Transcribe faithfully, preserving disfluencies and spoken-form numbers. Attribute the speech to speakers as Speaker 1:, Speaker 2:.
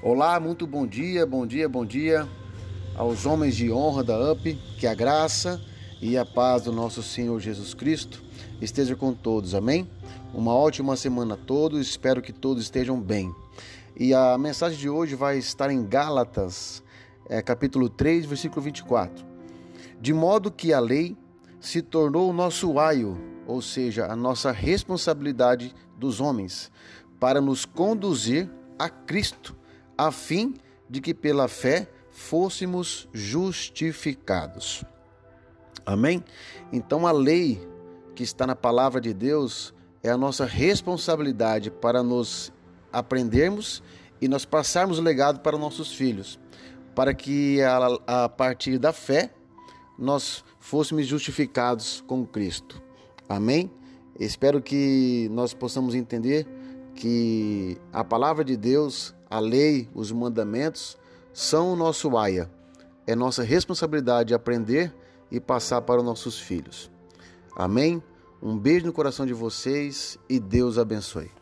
Speaker 1: Olá, muito bom dia, bom dia, bom dia aos homens de honra da U P, que a graça e a paz do nosso Senhor Jesus Cristo esteja com todos, amém? Uma ótima semana a todos, espero que todos estejam bem. E a mensagem de hoje vai estar em Gálatas, é, capítulo três, versículo vinte e quatro. De modo que a lei se tornou o nosso aio, ou seja, a nossa responsabilidade dos homens, para nos conduzir a Cristo, a fim de que pela fé fôssemos justificados. Amém? Então a lei que está na palavra de Deus é a nossa responsabilidade para nos aprendermos e nós passarmos o legado para nossos filhos, para que a, a partir da fé nós fôssemos justificados com Cristo. Amém? Espero que nós possamos entender que a palavra de Deus, a lei, os mandamentos são o nosso aia. É nossa responsabilidade aprender e passar para os nossos filhos. Amém? Um beijo no coração de vocês e Deus abençoe.